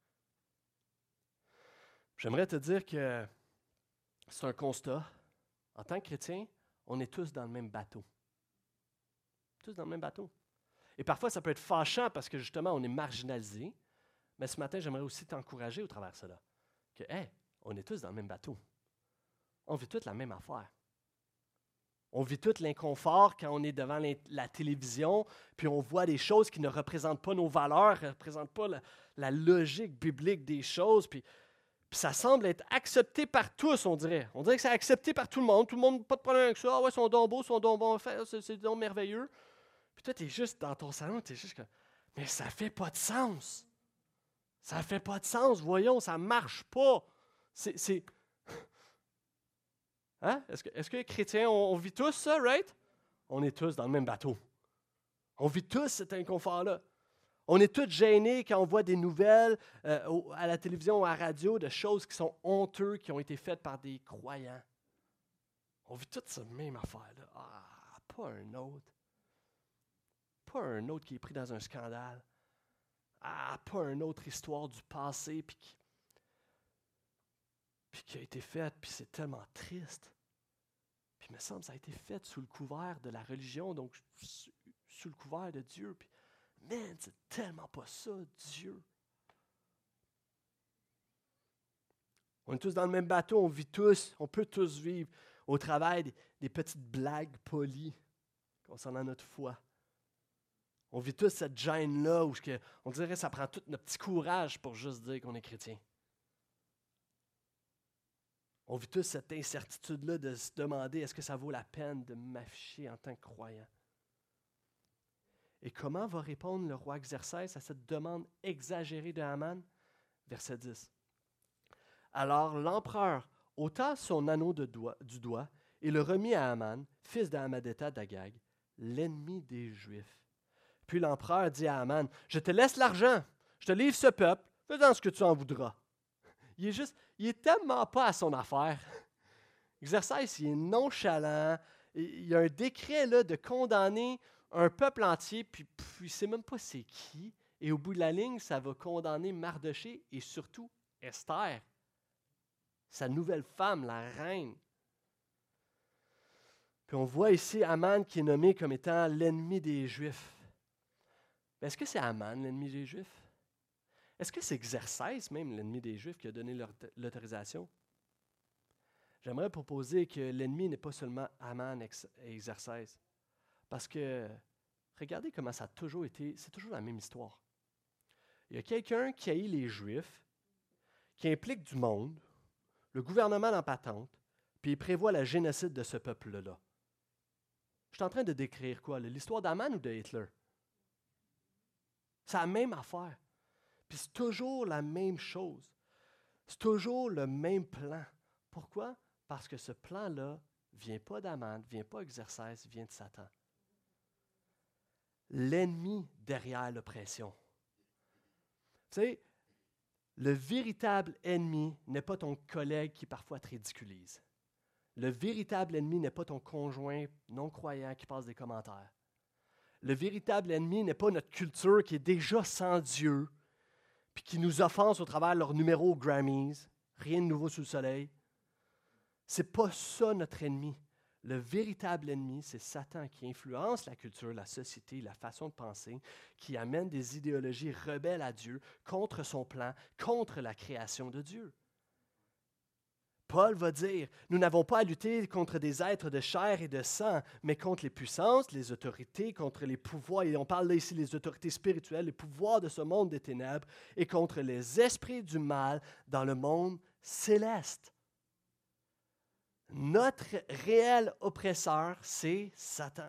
J'aimerais te dire que c'est un constat. En tant que chrétien, on est tous dans le même bateau. Tous dans le même bateau. Et parfois, ça peut être fâchant parce que justement, on est marginalisé. Mais ce matin, j'aimerais aussi t'encourager au travers de cela. Que, hey, on est tous dans le même bateau. On vit tous la même affaire. On vit tout l'inconfort quand on est devant la télévision, puis on voit des choses qui ne représentent pas nos valeurs, ne représentent pas la, la logique biblique des choses, puis, puis ça semble être accepté par tous, on dirait. On dirait que c'est accepté par tout le monde. Tout le monde, pas de problème avec ça. Ah ouais, ils sont donc beaux, ils sont donc bons, c'est, c'est donc merveilleux. Puis toi, tu es juste dans ton salon, tu es juste comme, mais ça fait pas de sens. Ça fait pas de sens, voyons, ça marche pas. C'est... c'est Hein? Est-ce que, est-ce que les chrétiens, on, on vit tous ça, right? On est tous dans le même bateau. On vit tous cet inconfort-là. On est tous gênés quand on voit des nouvelles euh, au, à la télévision ou à la radio de choses qui sont honteuses, qui ont été faites par des croyants. On vit toute cette même affaire-là. Ah, pas un autre. Pas un autre qui est pris dans un scandale. Ah, pas une autre histoire du passé, puis qui, puis qui a été faite, puis c'est tellement triste. Puis il me semble que ça a été fait sous le couvert de la religion, donc sous le couvert de Dieu. Puis, man, c'est tellement pas ça, Dieu. On est tous dans le même bateau, on vit tous, on peut tous vivre au travail des, des petites blagues polies concernant notre foi. On vit tous cette gêne-là où on dirait que ça prend tout notre petit courage pour juste dire qu'on est chrétien. On vit tous cette incertitude-là de se demander est-ce que ça vaut la peine de m'afficher en tant que croyant. Et comment va répondre le roi Xerxès à cette demande exagérée de Haman? Verset dix. Alors l'empereur ôta son anneau de doigt, du doigt et le remit à Haman, fils d'Hammedatha d'Agag, l'ennemi des Juifs. Puis l'empereur dit à Haman, « Je te laisse l'argent, je te livre ce peuple, fais-en ce que tu en voudras. » Il est juste, il est tellement pas à son affaire. Xerxès, il est nonchalant. Il y a un décret là, de condamner un peuple entier, puis, puis il ne sait même pas c'est qui. Et au bout de la ligne, ça va condamner Mardochée et surtout Esther, sa nouvelle femme, la reine. Puis on voit ici Haman qui est nommé comme étant l'ennemi des Juifs. Mais est-ce que c'est Haman, l'ennemi des Juifs? Est-ce que c'est Xerxès, même l'ennemi des Juifs, qui a donné l'autorisation? J'aimerais proposer que l'ennemi n'est pas seulement Haman et Xerxès. Parce que, regardez comment ça a toujours été, c'est toujours la même histoire. Il y a quelqu'un qui haït les Juifs, qui implique du monde, le gouvernement dans patente, puis il prévoit le génocide de ce peuple-là. Je suis en train de décrire quoi? L'histoire d'Haman ou de Hitler? C'est la même affaire. Puis c'est toujours la même chose. C'est toujours le même plan. Pourquoi? Parce que ce plan-là ne vient pas d'Haman, ne vient pas d'Exercice, vient de Satan. L'ennemi derrière l'oppression. Vous savez, le véritable ennemi n'est pas ton collègue qui parfois te ridiculise. Le véritable ennemi n'est pas ton conjoint non-croyant qui passe des commentaires. Le véritable ennemi n'est pas notre culture qui est déjà sans Dieu, puis qui nous offense au travers de leur numéro aux Grammys. Rien de nouveau sous le soleil. C'est pas ça notre ennemi. Le véritable ennemi, c'est Satan qui influence la culture, la société, la façon de penser, qui amène des idéologies rebelles à Dieu, contre son plan, contre la création de Dieu. Paul va dire, nous n'avons pas à lutter contre des êtres de chair et de sang, mais contre les puissances, les autorités, contre les pouvoirs, et on parle là ici des autorités spirituelles, les pouvoirs de ce monde des ténèbres, et contre les esprits du mal dans le monde céleste. Notre réel oppresseur, c'est Satan.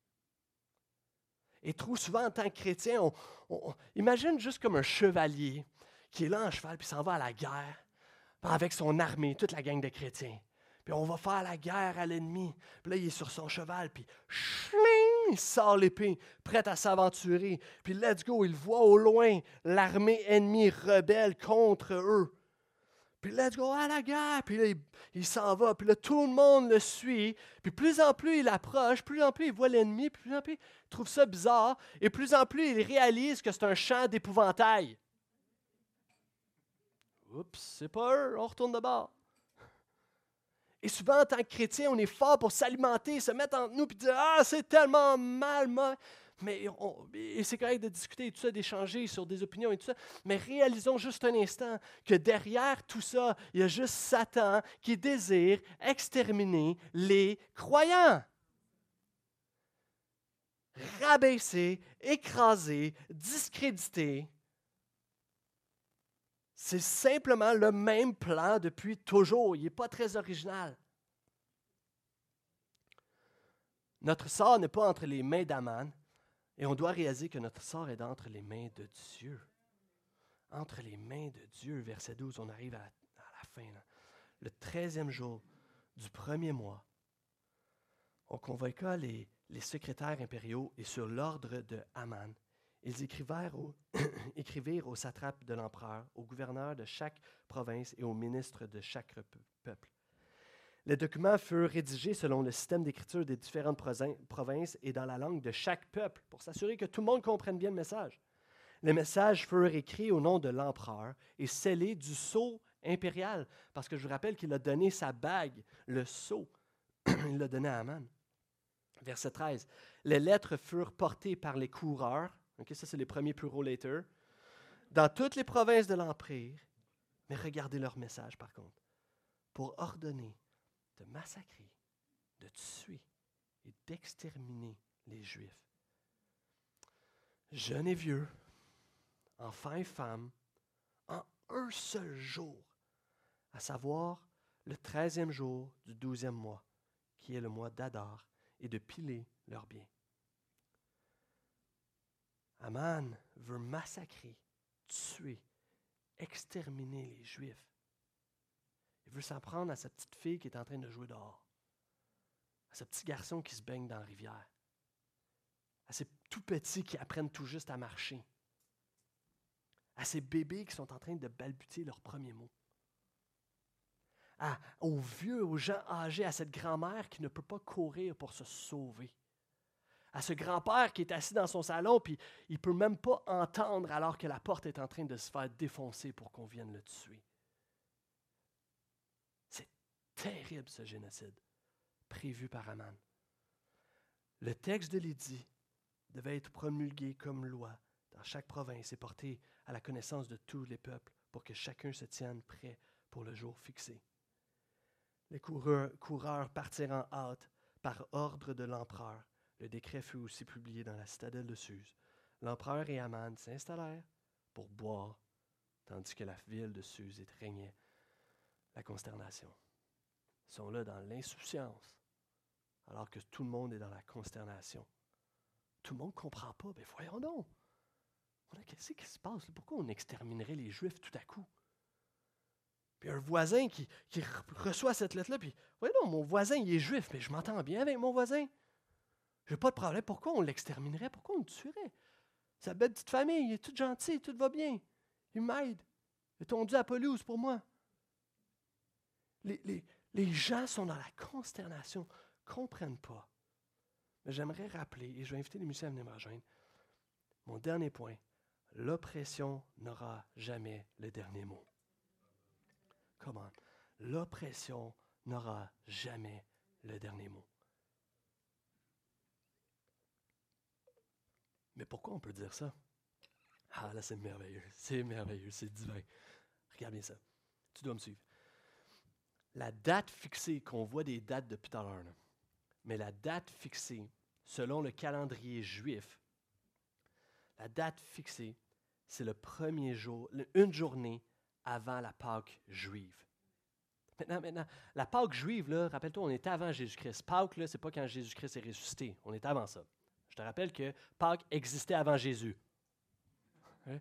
Et trop souvent, en tant que chrétien, on, on, imagine juste comme un chevalier qui est là en cheval puis s'en va à la guerre avec son armée, toute la gang de chrétiens. Puis on va faire la guerre à l'ennemi. Puis là, il est sur son cheval, puis chling, il sort l'épée, prêt à s'aventurer. Puis let's go, il voit au loin l'armée ennemie rebelle contre eux. Puis let's go à la guerre. Puis là, il, il s'en va. Puis là, tout le monde le suit. Puis plus en plus il approche, plus en plus il voit l'ennemi, puis plus en plus il trouve ça bizarre. Et plus en plus il réalise que c'est un champ d'épouvantail. Oups, c'est pas eux, on retourne de bord. Et souvent, en tant que chrétien, on est fort pour s'alimenter, se mettre entre nous et dire « Ah, c'est tellement mal, mauvais. » Mais on, et c'est correct de discuter et tout ça, d'échanger sur des opinions et tout ça. Mais réalisons juste un instant que derrière tout ça, il y a juste Satan qui désire exterminer les croyants. Rabaisser, écraser, discréditer. C'est simplement le même plan depuis toujours. Il n'est pas très original. Notre sort n'est pas entre les mains d'Aman, et on doit réaliser que notre sort est entre les mains de Dieu. Entre les mains de Dieu. Verset douze, on arrive à la, à la fin. Là. Le treizième jour du premier mois, on convoqua les, les secrétaires impériaux et sur l'ordre de Haman, ils écrivirent, au, écrivirent aux satrapes de l'empereur, aux gouverneurs de chaque province et aux ministres de chaque peuple. Les documents furent rédigés selon le système d'écriture des différentes provinces et dans la langue de chaque peuple pour s'assurer que tout le monde comprenne bien le message. Les messages furent écrits au nom de l'empereur et scellés du sceau impérial, parce que je vous rappelle qu'il a donné sa bague, le sceau, il l'a donné à Haman. Verset treize. Les lettres furent portées par les coureurs. Okay, ça, c'est les premiers Puro-Later. Dans toutes les provinces de l'Empire, mais regardez leur message par contre, pour ordonner de massacrer, de tuer et d'exterminer les Juifs. Jeunes et vieux, enfants et femmes, en un seul jour, à savoir le treizième jour du douzième mois, qui est le mois d'Adar, et de piler leurs biens. Haman veut massacrer, tuer, exterminer les Juifs. Il veut s'en prendre à sa petite fille qui est en train de jouer dehors, à ce petit garçon qui se baigne dans la rivière, à ces tout petits qui apprennent tout juste à marcher, à ces bébés qui sont en train de balbutier leurs premiers mots, à, aux vieux, aux gens âgés, à cette grand-mère qui ne peut pas courir pour se sauver, à ce grand-père qui est assis dans son salon puis il ne peut même pas entendre alors que la porte est en train de se faire défoncer pour qu'on vienne le tuer. C'est terrible ce génocide prévu par Haman. Le texte de l'édit devait être promulgué comme loi dans dans chaque province et portée à la connaissance de tous les peuples pour que chacun se tienne prêt pour le jour fixé. Les coureurs, coureurs partirent en hâte par ordre de l'empereur. Le décret fut aussi publié dans la citadelle de Suse. L'empereur et Aman s'installèrent pour boire, tandis que la ville de Suse régnait la consternation. Ils sont là dans l'insouciance, alors que tout le monde est dans la consternation. Tout le monde ne comprend pas. Mais voyons donc. Qu'est-ce qui se passe? Pourquoi on exterminerait les Juifs tout à coup? Puis un voisin qui, qui reçoit cette lettre-là, puis voyons donc, mon voisin, il est juif, mais je m'entends bien avec mon voisin. Je n'ai pas de problème. Pourquoi on l'exterminerait? Pourquoi on le tuerait? Sa belle petite famille, il est tout gentil, tout va bien. Il m'aide. Il est tondu à pelouse pour moi. Les, les, les gens sont dans la consternation, ne comprennent pas. Mais j'aimerais rappeler, et je vais inviter les musiciens à venir me rejoindre, mon dernier point, l'oppression n'aura jamais le dernier mot. Comment? L'oppression n'aura jamais le dernier mot. Mais pourquoi on peut dire ça? Ah, là, c'est merveilleux. C'est merveilleux, c'est divin. Regarde bien ça. Tu dois me suivre. La date fixée, qu'on voit des dates depuis tout à l'heure, là, mais la date fixée, selon le calendrier juif, la date fixée, c'est le premier jour, une journée avant la Pâque juive. Maintenant, maintenant, la Pâque juive, là, rappelle-toi, on était avant Jésus-Christ. Pâque, là, c'est pas quand Jésus-Christ est ressuscité. On était avant ça. Je te rappelle que Pâques existait avant Jésus. Hein?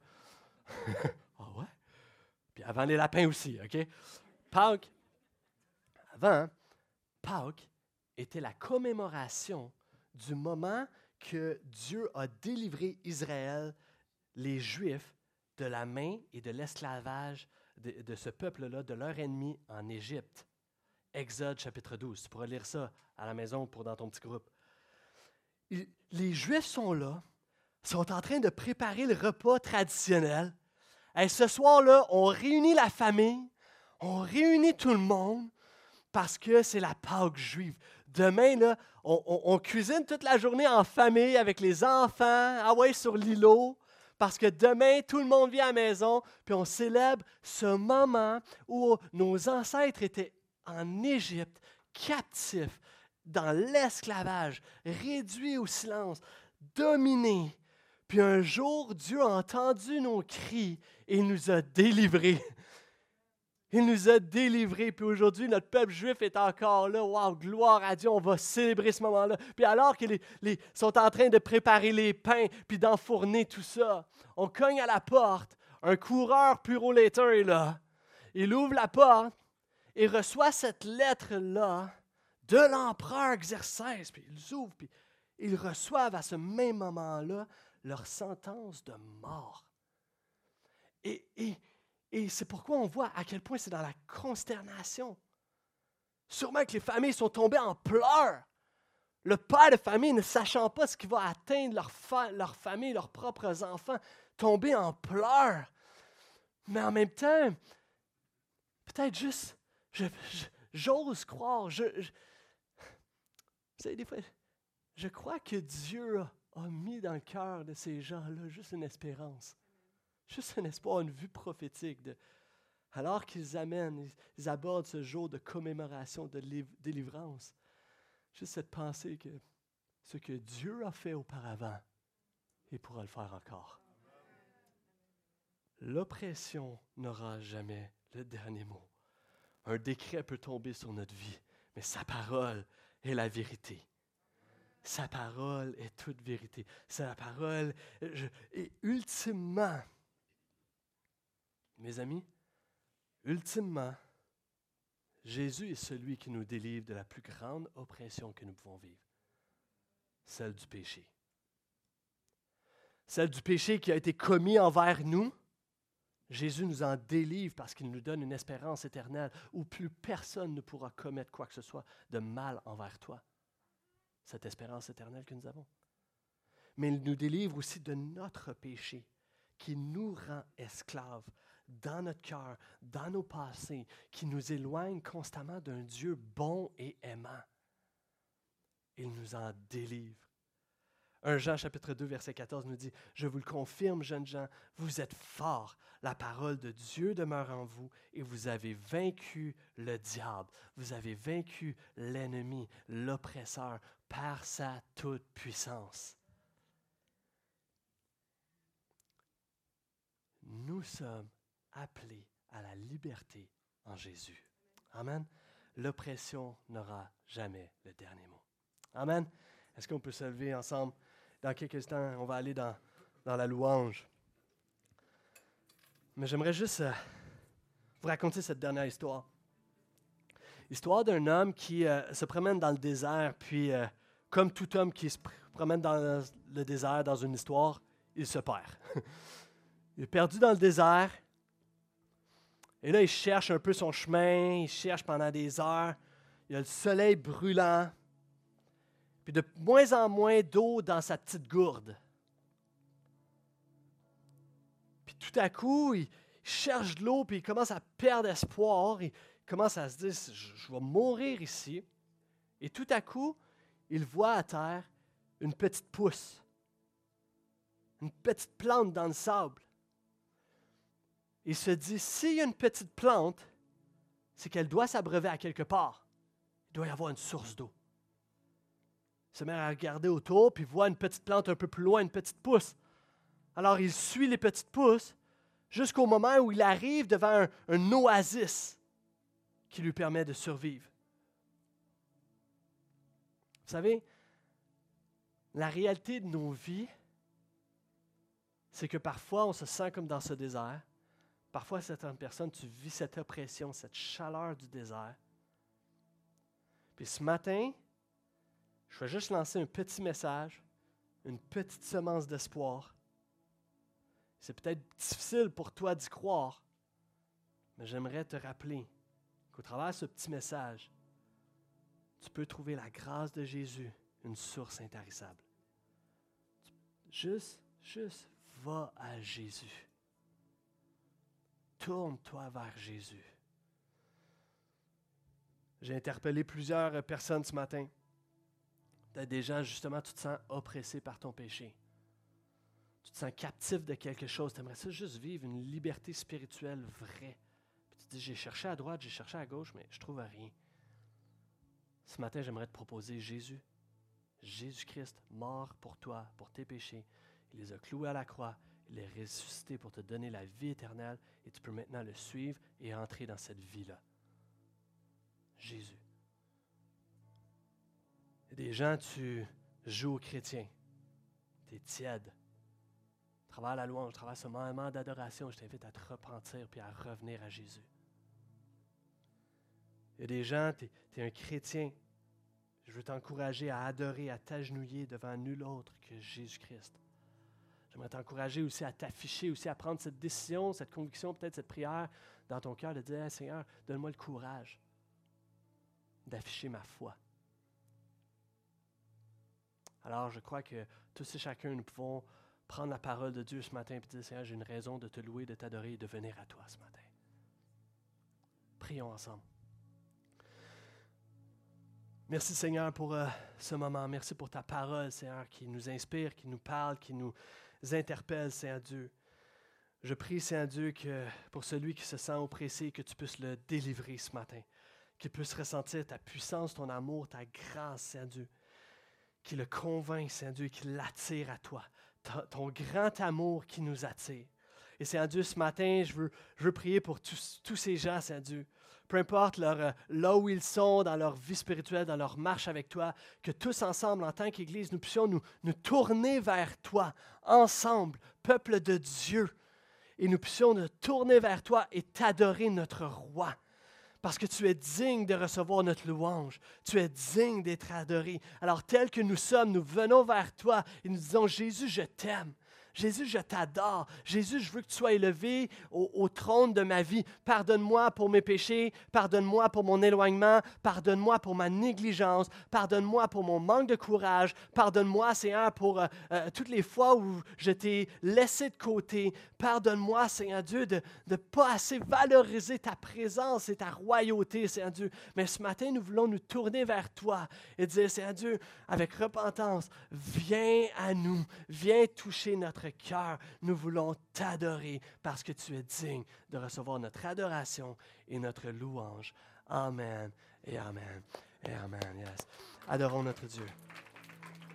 Ah ouais? Puis avant les lapins aussi, OK? Pâques, avant, Pâques était la commémoration du moment que Dieu a délivré Israël, les Juifs, de la main et de l'esclavage de, de ce peuple-là, de leur ennemi en Égypte. Exode chapitre douze. Tu pourras lire ça à la maison pour dans ton petit groupe. Les Juifs sont là, sont en train de préparer le repas traditionnel. Et ce soir-là, on réunit la famille, on réunit tout le monde parce que c'est la Pâque juive. Demain, là, on, on, on cuisine toute la journée en famille avec les enfants, ah ouais, sur l'îlot, parce que demain, tout le monde vient à la maison, puis on célèbre ce moment où nos ancêtres étaient en Égypte, captifs, dans l'esclavage, réduits au silence, dominés. Puis un jour, Dieu a entendu nos cris et il nous a délivrés. Il nous a délivrés. Puis aujourd'hui, notre peuple juif est encore là. Wow, gloire à Dieu, on va célébrer ce moment-là. Puis alors qu'ils sont en train de préparer les pains puis d'enfourner tout ça, on cogne à la porte. Un coureur Puro-Laiter est là. Il ouvre la porte et reçoit cette lettre-là de l'empereur Xerxès. Puis ils ouvrent, puis ils reçoivent à ce même moment-là leur sentence de mort. Et, et, et c'est pourquoi on voit à quel point c'est dans la consternation. Sûrement que les familles sont tombées en pleurs. Le père de famille, ne sachant pas ce qui va atteindre leur, fa- leur famille, leurs propres enfants, tombés en pleurs. Mais en même temps, peut-être juste, je, je, j'ose croire, je, je, vous savez, des fois, je crois que Dieu a, a mis dans le cœur de ces gens-là juste une espérance, juste un espoir, une vue prophétique. De, alors qu'ils amènent, ils, ils abordent ce jour de commémoration, de liv- délivrance, juste cette pensée que ce que Dieu a fait auparavant, il pourra le faire encore. L'oppression n'aura jamais le dernier mot. Un décret peut tomber sur notre vie, mais sa parole est la vérité. Sa parole est toute vérité. Sa parole, je, et ultimement, mes amis, ultimement, Jésus est celui qui nous délivre de la plus grande oppression que nous pouvons vivre, celle du péché. Celle du péché qui a été commis envers nous. Jésus nous en délivre parce qu'il nous donne une espérance éternelle où plus personne ne pourra commettre quoi que ce soit de mal envers toi. Cette espérance éternelle que nous avons. Mais il nous délivre aussi de notre péché qui nous rend esclaves dans notre cœur, dans nos passés, qui nous éloigne constamment d'un Dieu bon et aimant. Il nous en délivre. un Jean chapitre deux, verset quatorze nous dit, « Je vous le confirme, jeunes gens, vous êtes forts. La parole de Dieu demeure en vous et vous avez vaincu le diable. Vous avez vaincu l'ennemi, l'oppresseur, par sa toute-puissance. » Nous sommes appelés à la liberté en Jésus. Amen. L'oppression n'aura jamais le dernier mot. Amen. Est-ce qu'on peut se lever ensemble? Dans quelques instants, on va aller dans, dans la louange. Mais j'aimerais juste euh, vous raconter cette dernière histoire. Histoire d'un homme qui euh, se promène dans le désert, puis euh, comme tout homme qui se pr- promène dans le désert dans une histoire, il se perd. Il est perdu dans le désert. Et là, il cherche un peu son chemin, il cherche pendant des heures. Il y a le soleil brûlant. Puis de moins en moins d'eau dans sa petite gourde. Puis tout à coup, il cherche de l'eau, puis il commence à perdre espoir. Il commence à se dire, je, je vais mourir ici. Et tout à coup, il voit à terre une petite pousse. Une petite plante dans le sable. Il se dit, s'il y a une petite plante, c'est qu'elle doit s'abreuver à quelque part. Il doit y avoir une source d'eau. Il se met à regarder autour, puis voit une petite plante un peu plus loin, une petite pousse. Alors, il suit les petites pousses jusqu'au moment où il arrive devant un, un oasis qui lui permet de survivre. Vous savez, la réalité de nos vies, c'est que parfois, on se sent comme dans ce désert. Parfois, certaines personnes, tu vis cette oppression, cette chaleur du désert. Puis ce matin, je vais juste lancer un petit message, une petite semence d'espoir. C'est peut-être difficile pour toi d'y croire, mais j'aimerais te rappeler qu'au travers de ce petit message, tu peux trouver la grâce de Jésus, une source intarissable. Juste, juste, va à Jésus. Tourne-toi vers Jésus. J'ai interpellé plusieurs personnes ce matin. Peut-être des gens, justement, tu te sens oppressé par ton péché. Tu te sens captif de quelque chose. Tu aimerais ça juste vivre une liberté spirituelle vraie. Puis tu te dis, j'ai cherché à droite, j'ai cherché à gauche, mais je ne trouve rien. Ce matin, j'aimerais te proposer Jésus. Jésus-Christ, mort pour toi, pour tes péchés. Il les a cloués à la croix. Il est ressuscité pour te donner la vie éternelle et tu peux maintenant le suivre et entrer dans cette vie-là. Jésus. Il y a des gens, tu joues aux chrétiens. Tu es tiède. À travers la louange, à travers ce moment d'adoration, je t'invite à te repentir puis à revenir à Jésus. Il y a des gens, tu es un chrétien. Je veux t'encourager à adorer, à t'agenouiller devant nul autre que Jésus-Christ. J'aimerais t'encourager aussi à t'afficher, aussi à prendre cette décision, cette conviction, peut-être cette prière dans ton cœur, de dire, hey, Seigneur, donne-moi le courage d'afficher ma foi. Alors, je crois que tous et chacun, nous pouvons prendre la parole de Dieu ce matin et dire, Seigneur, j'ai une raison de te louer, de t'adorer et de venir à toi ce matin. Prions ensemble. Merci Seigneur pour euh, ce moment. Merci pour ta parole, Seigneur, qui nous inspire, qui nous parle, qui nous interpelle, Seigneur Dieu. Je prie, Seigneur Dieu, que pour celui qui se sent oppressé, que tu puisses le délivrer ce matin, qu'il puisse ressentir ta puissance, ton amour, ta grâce, Seigneur Dieu, qui le convainc, Seigneur Dieu, qui l'attire à toi, ton, ton grand amour qui nous attire. Et Seigneur Dieu, ce matin, je veux, je veux prier pour tous, tous ces gens, Seigneur Dieu, peu importe leur, là où ils sont, dans leur vie spirituelle, dans leur marche avec toi, que tous ensemble, en tant qu'Église, nous puissions nous, nous tourner vers toi, ensemble, peuple de Dieu, et nous puissions nous tourner vers toi et t'adorer notre roi. Parce que tu es digne de recevoir notre louange. Tu es digne d'être adoré. Alors, tel que nous sommes, nous venons vers toi et nous disons, Jésus, je t'aime. Jésus, je t'adore. Jésus, je veux que tu sois élevé au, au trône de ma vie. Pardonne-moi pour mes péchés. Pardonne-moi pour mon éloignement. Pardonne-moi pour ma négligence. Pardonne-moi pour mon manque de courage. Pardonne-moi, Seigneur, pour euh, euh, toutes les fois où je t'ai laissé de côté. Pardonne-moi, Seigneur Dieu, de ne pas assez valoriser ta présence et ta royauté, Seigneur Dieu. Mais ce matin, nous voulons nous tourner vers toi et dire, Seigneur Dieu, avec repentance, viens à nous. Viens toucher notre cœur. Nous voulons t'adorer parce que tu es digne de recevoir notre adoration et notre louange. Amen et Amen et Amen. Yes. Adorons notre Dieu.